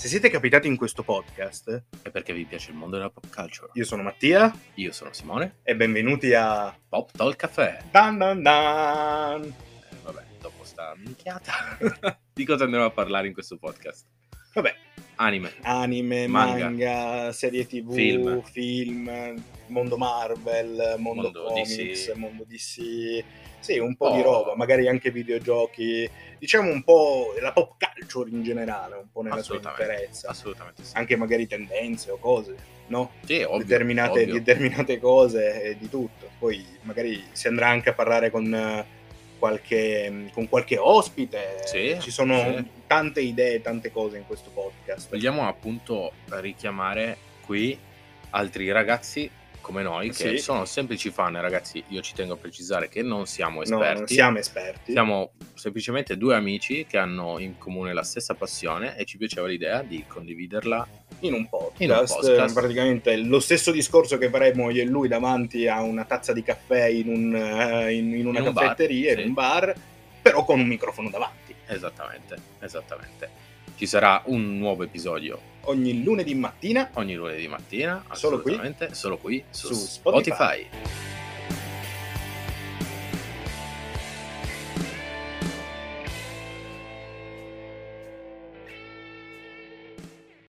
Se siete capitati in questo podcast, E perché vi piace il mondo della pop culture. io sono Mattia Io sono Simone. e benvenuti a Pop Talk Café. Dan Dan Dan. Vabbè, dopo sta minchiata. Di cosa andremo a parlare in questo podcast? Vabbè, Anime. anime, manga, serie TV, film, mondo Marvel, mondo comics, DC. mondo DC. Sì, un po' di roba, magari anche videogiochi, diciamo un po' la pop culture in generale, un po' nella sua interezza. Assolutamente sì. Anche magari tendenze o cose, no? Sì, ovvio, determinate cose e di tutto. Poi magari si andrà anche a parlare con qualche ospite. Sì, ci sono sì. tante idee, tante cose in questo podcast. Vogliamo appunto richiamare qui altri ragazzi come noi che sono semplici fan, ragazzi. Io ci tengo a precisare che non siamo esperti. No, non siamo esperti. Siamo semplicemente due amici che hanno in comune la stessa passione e ci piaceva l'idea di condividerla in un podcast. Praticamente lo stesso discorso che faremo io e lui davanti a una tazza di caffè in una caffetteria, in un bar, però con un microfono davanti. Esattamente. Ci sarà un nuovo episodio ogni lunedì mattina. Solo qui su Spotify.